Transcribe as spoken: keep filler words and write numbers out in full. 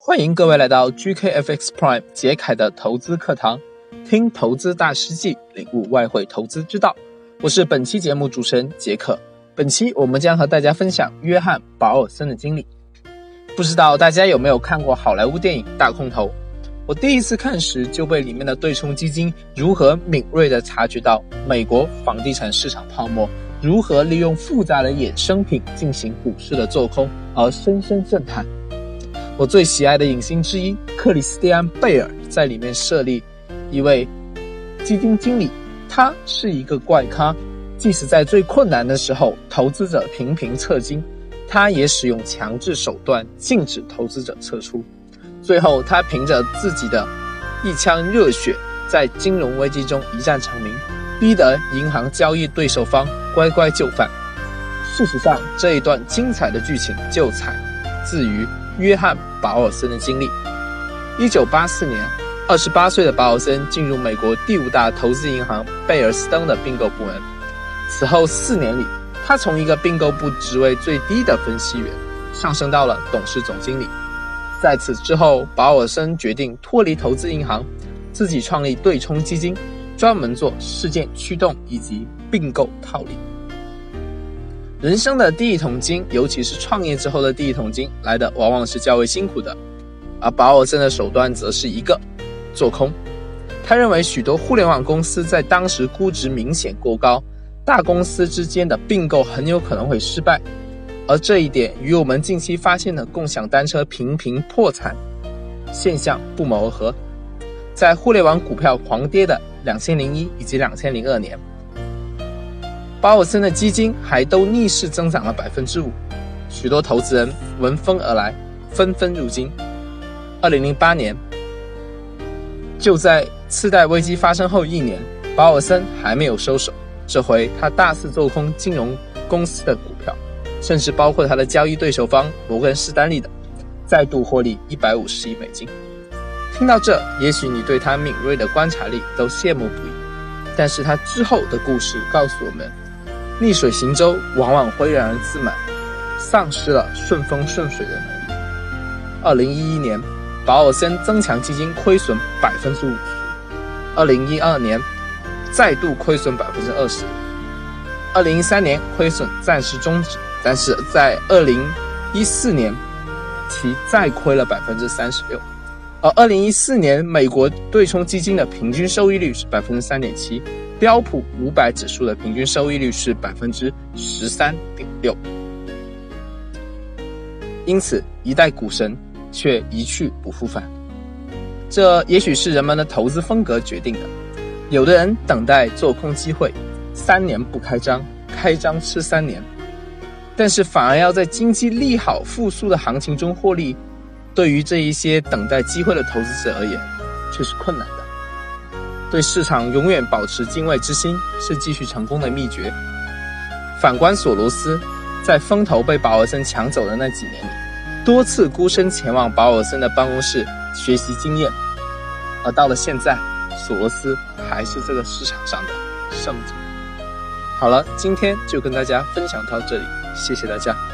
欢迎各位来到 G K F X Prime 杰凯的投资课堂，听投资大师记，领悟外汇投资之道。我是本期节目主持人杰克。本期我们将和大家分享约翰·保尔森的经历。不知道大家有没有看过好莱坞电影《大空头》？我第一次看时就被里面的对冲基金如何敏锐地察觉到美国房地产市场泡沫，如何利用复杂的衍生品进行股市的做空而深深震撼。我最喜爱的影星之一克里斯蒂安·贝尔在里面设立一位基金经理，他是一个怪咖，即使在最困难的时候投资者频频撤金，他也使用强制手段禁止投资者撤出。最后他凭着自己的一腔热血在金融危机中一战成名，逼得银行交易对手方乖乖就范。事实上，这一段精彩的剧情就采自于约翰·保尔森的经历。一九八四年，二十八岁的保尔森进入美国第五大投资银行贝尔斯登的并购部门。此后四年里，他从一个并购部职位最低的分析员上升到了董事总经理。在此之后，保尔森决定脱离投资银行，自己创立对冲基金，专门做事件驱动以及并购套利。人生的第一桶金，尤其是创业之后的第一桶金，来的往往是较为辛苦的。而保尔森的手段则是一个做空。他认为许多互联网公司在当时估值明显过高，大公司之间的并购很有可能会失败，而这一点与我们近期发现的共享单车频频破产现象不谋而合。在互联网股票狂跌的两千零一以及两千零二年，保尔森的基金还都逆势增长了 百分之五， 许多投资人闻风而来，纷纷入金。二零零八年，就在次贷危机发生后一年，保尔森还没有收手，这回他大肆做空金融公司的股票，甚至包括他的交易对手方摩根士丹利的，再度获利一百五十亿美金。听到这，也许你对他敏锐的观察力都羡慕不已，但是他之后的故事告诉我们，逆水行舟往往会让人自满，丧失了顺风顺水的能力。二零一一年，保尔森增强基金亏损 百分之五十， 二零一二年再度亏损 百分之二十， 二零一三年亏损暂时终止，但是在二零一四年其再亏了 百分之三十六， 而二零一四年美国对冲基金的平均收益率是 百分之三点七， 标普五百指数的平均收益率是 百分之十三点六。 因此一代股神却一去不复返，这也许是人们的投资风格决定的。有的人等待做空机会，三年不开张，开张吃三年，但是反而要在经济利好复苏的行情中获利，对于这一些等待机会的投资者而言却是困难的。对市场永远保持敬畏之心是继续成功的秘诀。反观索罗斯，在风头被保尔森抢走的那几年里，多次孤身前往保尔森的办公室学习经验，而到了现在，索罗斯还是这个市场上的胜者。好了，今天就跟大家分享到这里，谢谢大家。